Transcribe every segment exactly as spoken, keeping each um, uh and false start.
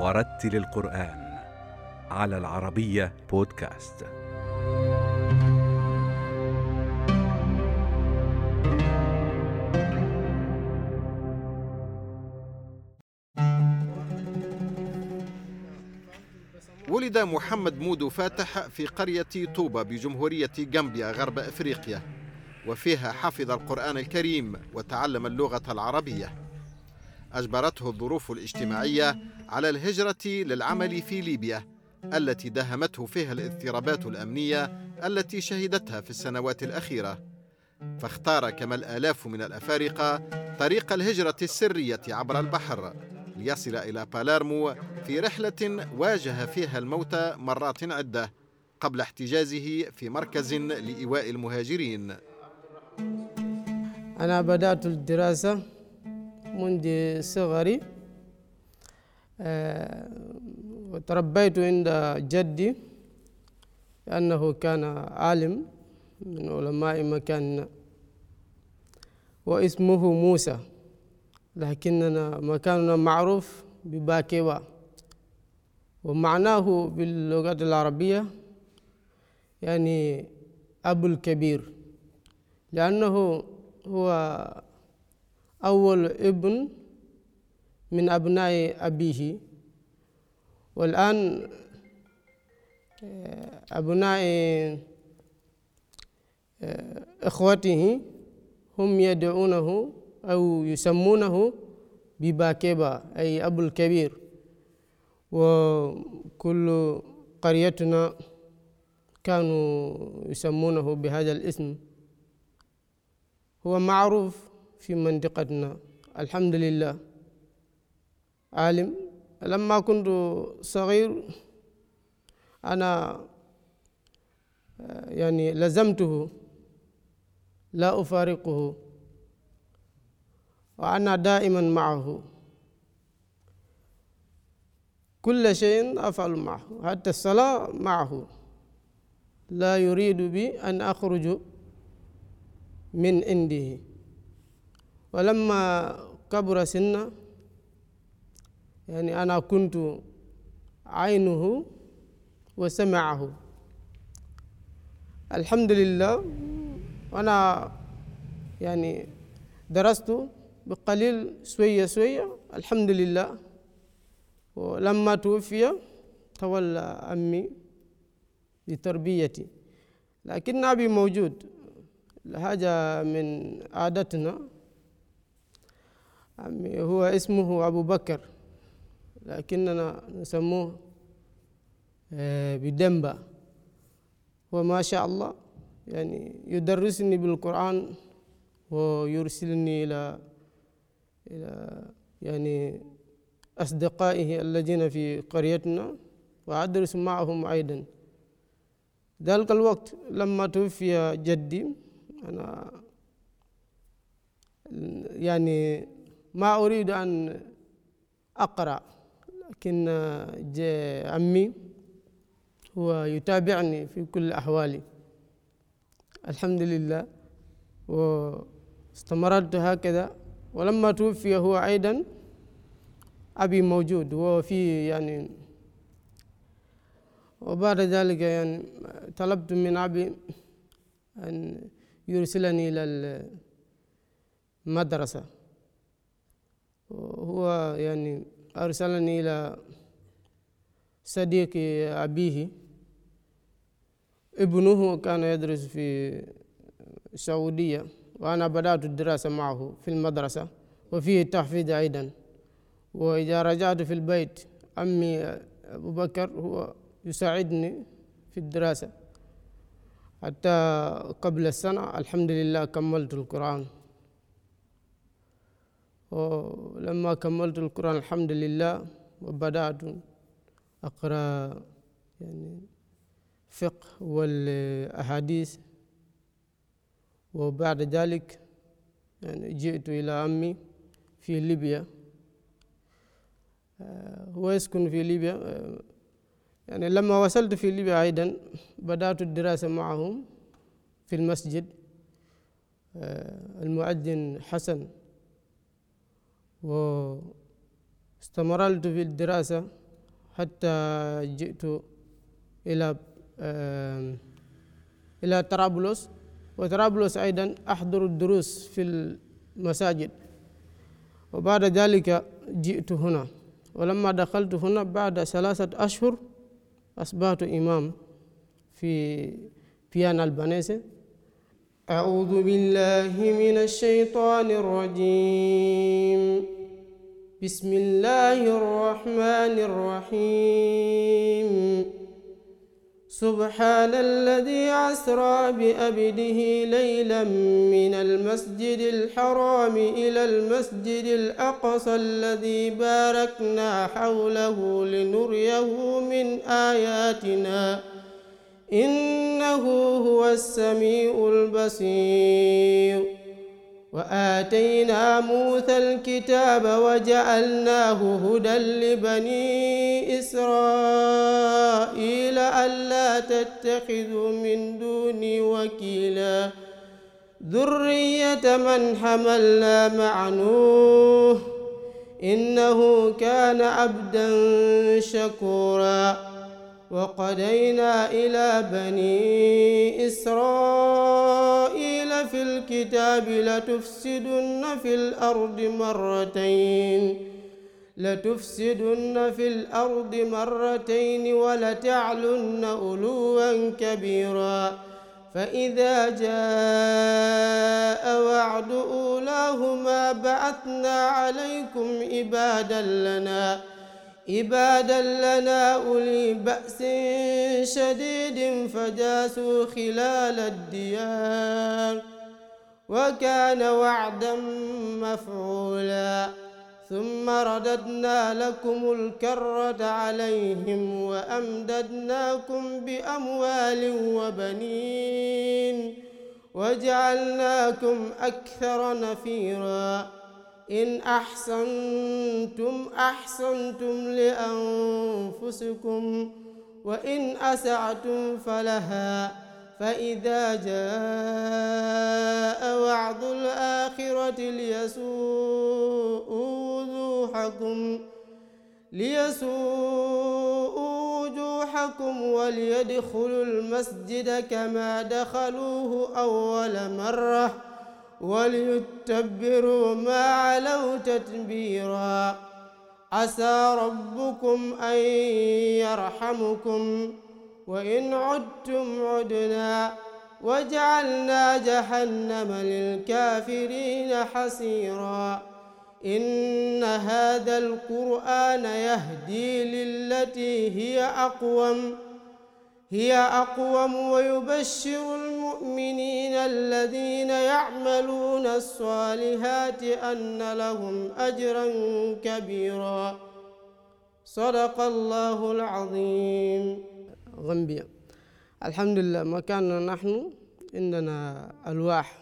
ورتل القرآن على العربية بودكاست. ولد محمد مودو فاتح في قرية طوبة بجمهورية غامبيا غرب أفريقيا، وفيها حفظ القرآن الكريم وتعلم اللغة العربية. أجبرته الظروف الاجتماعية على الهجرة للعمل في ليبيا التي داهمته فيها الاضطرابات الأمنية التي شهدتها في السنوات الأخيرة، فاختار كما الآلاف من الأفارقة طريق الهجرة السرية عبر البحر ليصل إلى باليرمو في رحلة واجه فيها الموت مرات عدة قبل احتجازه في مركز لإيواء المهاجرين. أنا بدأت الدراسة منذ صغري، وتربيت عند جدي لأنه كان عالم من علماء مكاننا واسمه موسى، لكننا مكاننا معروف بباكيوا، ومعناه باللغة العربية يعني أبو الكبير، لأنه هو أول ابن من أبناء أبيه، والآن أبناء إخوته هم يدعونه أو يسمونه بباكيبا أي أبو الكبير، وكل قريتنا كانوا يسمونه بهذا الاسم. هو معروف في منطقتنا الحمد لله، عالم. لما كنت صغير أنا يعني لزمته لا أفارقه، وأنا دائما معه، كل شيء أفعل معه، حتى الصلاة معه، لا يريد بي أن أخرج من عنده. ولما كبر سنه يعني أنا كنت عينه وسمعه الحمد لله. وأنا يعني درست بقليل شوية شوية الحمد لله. ولما توفي تولى أمي لتربيتي، لكن أبي موجود، هذا من عادتنا. أمي هو اسمه أبو بكر، لكننا نسموه بدمبا. وما شاء الله يعني يدرسني بالقرآن ويرسلني إلى إلى يعني أصدقائه الذين في قريتنا وأدرس معهم أيضا. ذلك الوقت لما توفي جدي أنا يعني ما أريد أن أقرأ، لكن جاء عمي هو يتابعني في كل أحوالي الحمد لله، واستمرت هكذا. ولما توفي هو أيضا أبي موجود وفي يعني. وبعد ذلك يعني طلبت من أبي أن يرسلني إلى المدرسة، وهو يعني أرسلني إلى صديق أبيه، ابنه كان يدرس في السعودية، وأنا بدأت الدراسة معه في المدرسة وفيه التحفيظ أيضا. وإذا رجعت في البيت أمي أبو بكر هو يساعدني في الدراسة، حتى قبل السنة الحمد لله كملت القرآن. ولما كملت القرآن الحمد لله وبدأت أقرأ يعني فقه والأحاديث. وبعد ذلك يعني جئت إلى عمي في ليبيا، هو يسكن في ليبيا. يعني لما وصلت في ليبيا أيضا بدأت الدراسة معهم في المسجد المؤذن حسن، واستمررت في الدراسة حتى جئت إلى إلى طرابلس، وطرابلس أيضا أحضر الدروس في المساجد. وبعد ذلك جئت هنا، ولما دخلت هنا بعد ثلاثة أشهر أصبحت إمام في بيان البنيسة. أعوذ بالله من الشيطان الرجيم. بسم الله الرحمن الرحيم. سبحان الذي أسرى بأبده ليلا من المسجد الحرام إلى المسجد الأقصى الذي باركنا حوله لنريه من آياتنا إنه هو السميع البصير. وآتينا موسى الكتاب وجعلناه هدى لبني إسرائيل ألا تتخذوا من دوني وكيلا ذرية من حملنا مع نوح إنه كان عبدا شكورا. وقضينا إلى بني إسرائيل في الكتاب لتفسدن في الأرض مرتين لتفسدن في الأرض مرتين ولتعلن علوا كبيرا. فإذا جاء وعد أولاهما بعثنا عليكم عبادا لنا عبادا لنا أولي بأس شديد فجاسوا خلال الديار وكان وعدا مفعولا. ثم رددنا لكم الكرة عليهم وأمددناكم بأموال وبنين وجعلناكم أكثر نفيرا. إن أحسنتم أحسنتم لأنفسكم وإن أسعتم فلها. فإذا جاء وعد الآخرة ليسوءوا وجوهكم ليسوءوا وجوهكم وليدخلوا المسجد كما دخلوه أول مرة وليتبروا ما علوا تتبيرا. عسى ربكم أن يرحمكم وإن عدتم عدنا وجعلنا جهنم للكافرين حصيرا. إن هذا القرآن يهدي للتي هي أقوم هي أقوم ويبشر المؤمنين الذين يعملون الصالحات أن لهم أجرا كبيرا. صدق الله العظيم. غامبيا. الحمد لله مكاننا نحن عندنا ألواح.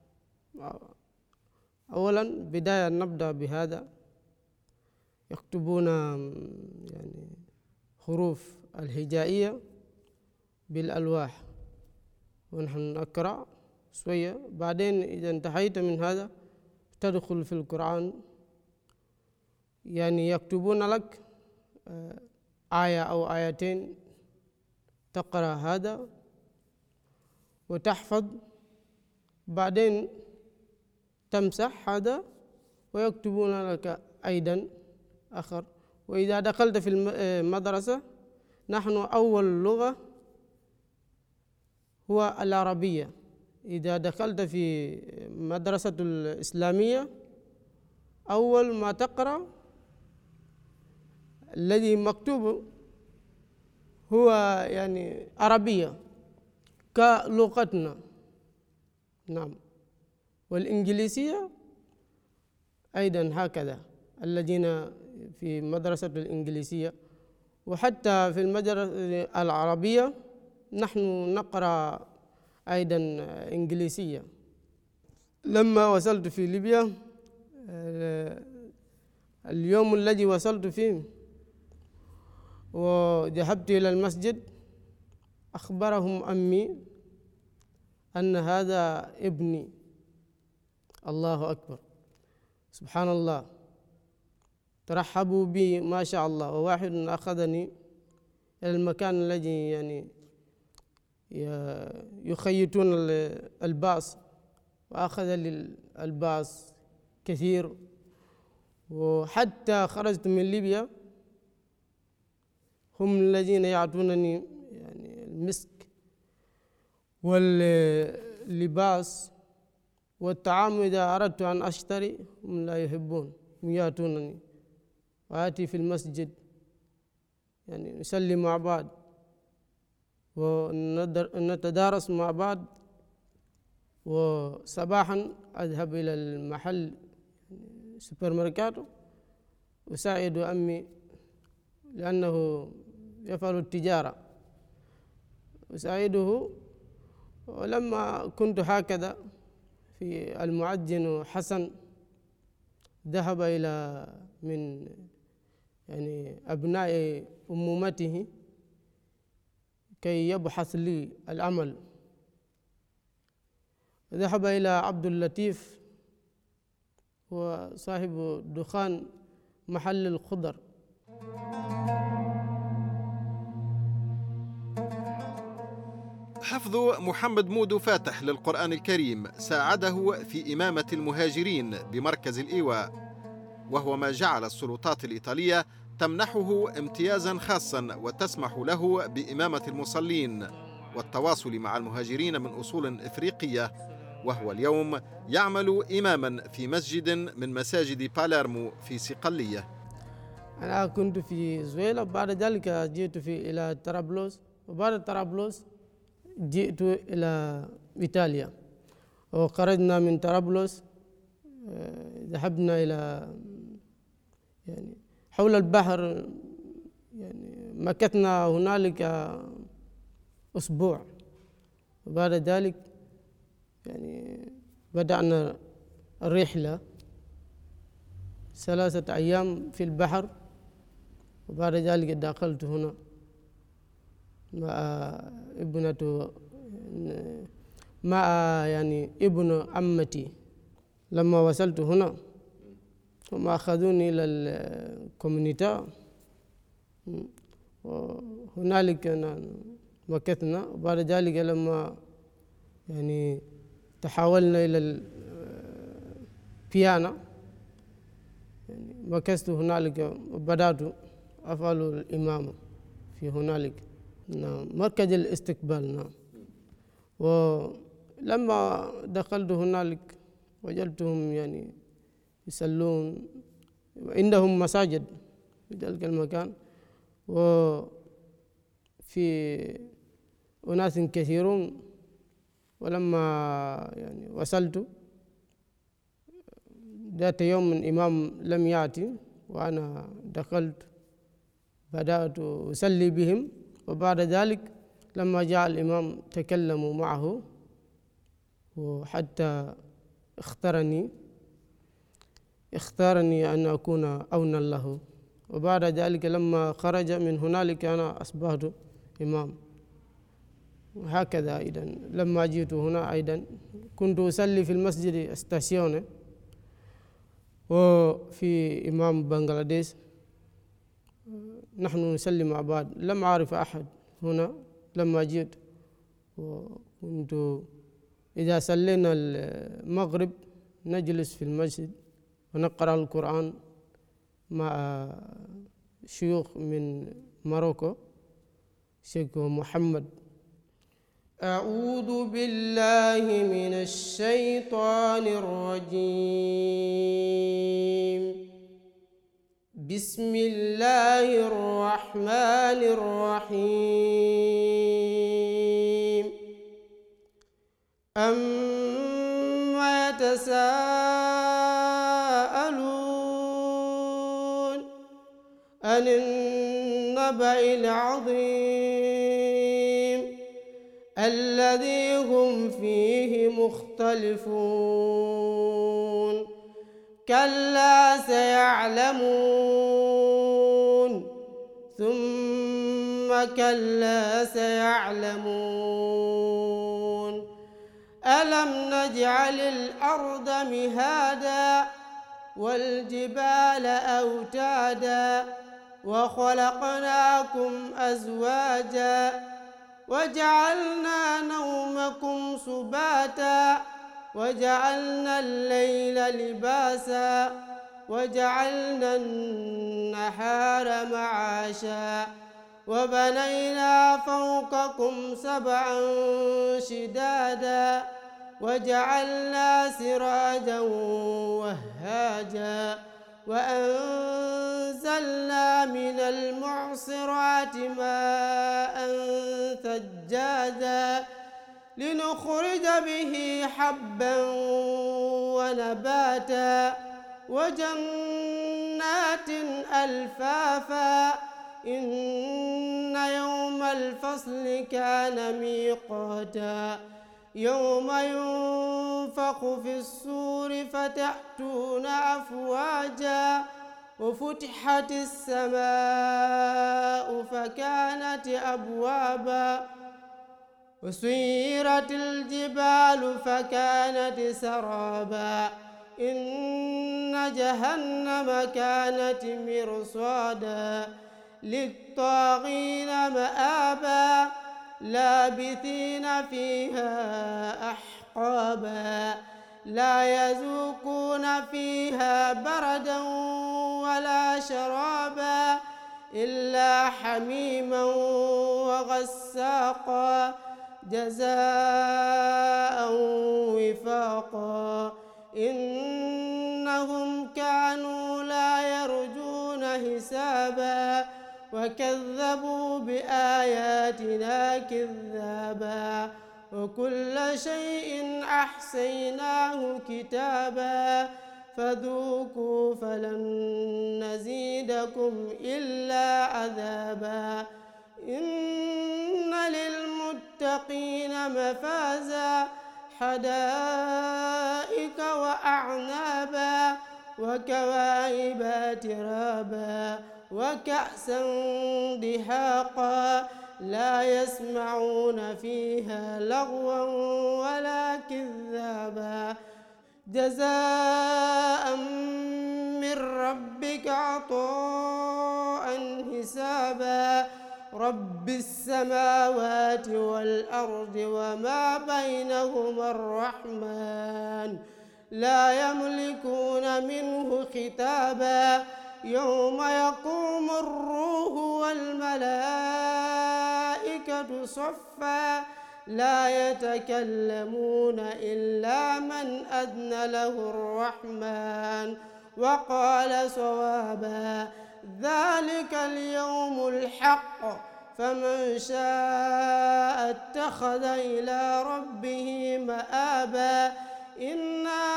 أولا بداية نبدأ بهذا، يكتبون يعني حروف الهجائية بالألواح ونحن نقرأ شوية. بعدين إذا انتهيت من هذا تدخل في القرآن، يعني يكتبون لك آية أو آيتين تقرأ هذا وتحفظ، بعدين تمسح هذا ويكتبون لك أيضا آخر. وإذا دخلت في المدرسة نحن أول لغة هو العربية. إذا دخلت في مدرسة الإسلامية أول ما تقرأ الذي مكتوب هو يعني عربية كلغتنا. نعم. والإنجليزية أيضا هكذا، الذين في مدرسة الإنجليزية. وحتى في المدرسة العربية نحن نقرأ أيضا إنجليزية. لما وصلت في ليبيا اليوم الذي وصلت فيه وذهبت إلى المسجد أخبرهم أمي أن هذا ابني. الله أكبر، سبحان الله. ترحبوا بي ما شاء الله، وواحد أخذني إلى المكان الذي يعني يخيطون الباص، وأخذ لي الباص كثير. وحتى خرجت من ليبيا هم الذين يعطونني يعني المسك واللباس والطعام. إذا أردت أن أشتري هم لا يحبون، هم يأتونني، وآتي في المسجد يعني نصلي مع بعض ونتدارس مع بعض. وصباحا أذهب إلى المحل سوبر ماركت أساعد أمي لأنه يفعل التجارة، أساعده. ولما كنت هكذا في المعجن حسن ذهب إلى من يعني أبناء أمومته كي يبحث لي العمل. ذهب إلى عبد اللطيف وصاحب دخان محل الخضر. حفظ محمد مودو فاتح للقرآن الكريم ساعده في إمامة المهاجرين بمركز الإيواء، وهو ما جعل السلطات الإيطالية تمنحه امتيازا خاصا وتسمح له بإمامة المصلين والتواصل مع المهاجرين من أصول إفريقية. وهو اليوم يعمل إماما في مسجد من مساجد باليرمو في صقلية. أنا كنت في زويلة، بعد ذلك جئت في إلى طرابلس، وبعد طرابلس جئت إلى إيطاليا، وخرجنا من طرابلس ذهبنا إلى يعني حول البحر، يعني مكثنا هنالك أسبوع. وبعد ذلك يعني بدأنا الرحلة ثلاثة أيام في البحر، وبعد ذلك دخلت هنا مع ابنة مع يعني ابن عمتي. لما وصلت هنا هم أخذوني إلى الكوميونيتا، وهنالك مكثنا. وبعد ذلك لما يعني تحولنا إلى البيانا يعني مكثت هنالك وبدأت أفعل الإمامة في هنالك. نعم، مركز الاستقبال. نعم. ولما دخلت هنالك وجدتهم يعني يصلون، عندهم مساجد في ذلك المكان، وفي أناس كثيرون. ولما يعني وصلت ذات يوم الإمام لم يأتي، وأنا دخلت بدأت أصلي بهم. وبعد ذلك لما جاء الإمام تكلموا معه، وحتى اختارني اختارني أن أكون أونا له. وبعد ذلك لما خرج من هنالك أنا أصبحت إمام. وهكذا أيضا لما جئت هنا أيضا كنت أصلي في المسجد استاسيون، وفي إمام بنغلاديش نحن نصلي مع بعض. لم أعرف أحد هنا لما جئت، وكنت إذا صلينا المغرب نجلس في المسجد ونقرأ القرآن مع شيوخ من ماروكو، شيخ محمد. أعوذ بالله من الشيطان الرجيم. بسم الله الرحمن الرحيم. أما يتساءلون عن النبأ العظيم الذي هم فيه مختلفون. كلا سيعلمون ثم كلا سيعلمون. ألم نجعل الأرض مهادا والجبال أوتادا وخلقناكم أزواجا وجعلنا نومكم سباتا وجعلنا الليل لباسا وجعلنا النهار معاشا وبنينا فوقكم سبعا شدادا وجعلنا سراجا وهاجا وأنزلنا من المعصرات ماء ثجاجا لنخرج به حبا ونباتا وجنات ألفافا إن يوم الفصل كان ميقاتا يوم ينفخ في الصور فتأتون أفواجا وفتحت السماء فكانت أبوابا وسيرت الجبال فكانت سرابا إن جهنم كانت مرصادا للطاغين مآبا لابثين فيها أحقابا لا يذوقون فيها بردا ولا شرابا إلا حميما وغساقا جزاء وفاقا إنهم كانوا لا يرجون حسابا وكذبوا بآياتنا كذابا وكل شيء أحصيناه كتابا فذوقوا فلن نزيدكم إلا عذابا إن للمتقين مفازا حدائق وأعنابا وكواعب ترابا وكأسا دهاقا لا يسمعون فيها لغوا ولا كذابا جزاء من ربك عطاء حسابا رب السماوات والأرض وما بينهما الرحمن لا يملكون منه خطابا يوم يقوم الروح والملائكة صفا لا يتكلمون إلا من أذن له الرحمن وقال صوابا ذلك اليوم الحق فمن شاء اتخذ إلى ربه مآبا إنا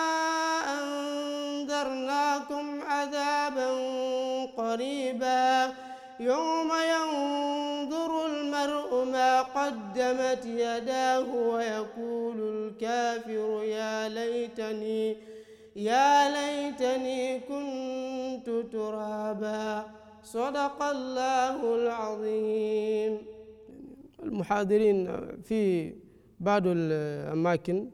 أنذرناكم عذابا قريبا يوم ينظر المرء ما قدمت يداه ويقول الكافر يا ليتني يا ليتني كنت ترابا صدق الله العظيم. المحاضرين في بعض الأماكن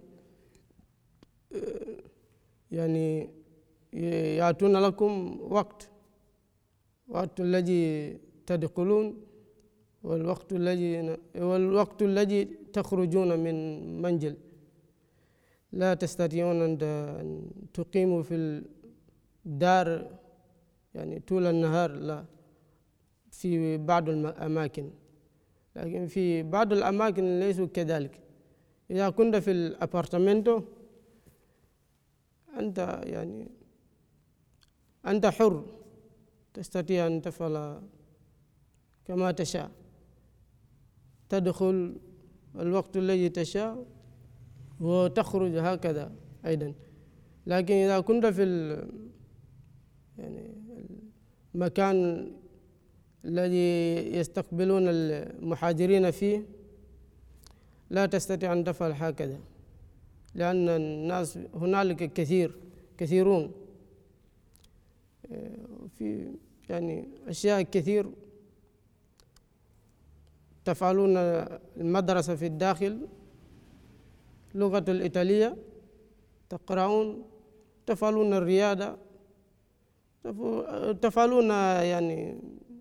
يعني يأتون لكم وقت وقت الذي تدخلون والوقت الذي والوقت الذي تخرجون من منزل لا تستطيعون أن تقيموا في الدار يعني طول النهار لا في بعض الأماكن لكن في بعض الأماكن ليسوا كذلك. إذا كنت في الأبارتمنتو أنت يعني أنت حر تستطيع أن تفعل كما تشاء تدخل الوقت الذي تشاء وتخرج هكذا أيضا. لكن إذا كنت في يعني المكان الذي يستقبلون المحاضرين فيه لا تستطيع أن تفعل هكذا لأن الناس هنالك كثير كثيرون في يعني أشياء كثير تفعلون المدرسة في الداخل لغة الإيطالية تقرؤون تفعلون الرياضة تفعلون يعني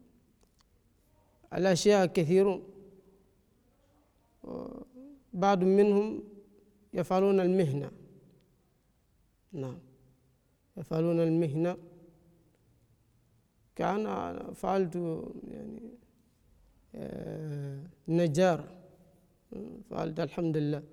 الأشياء كثيرون، بعض منهم يفعلون المهنة. نعم، يفعلون المهنة. كان فعلت يعني نجار، فعلت الحمد لله.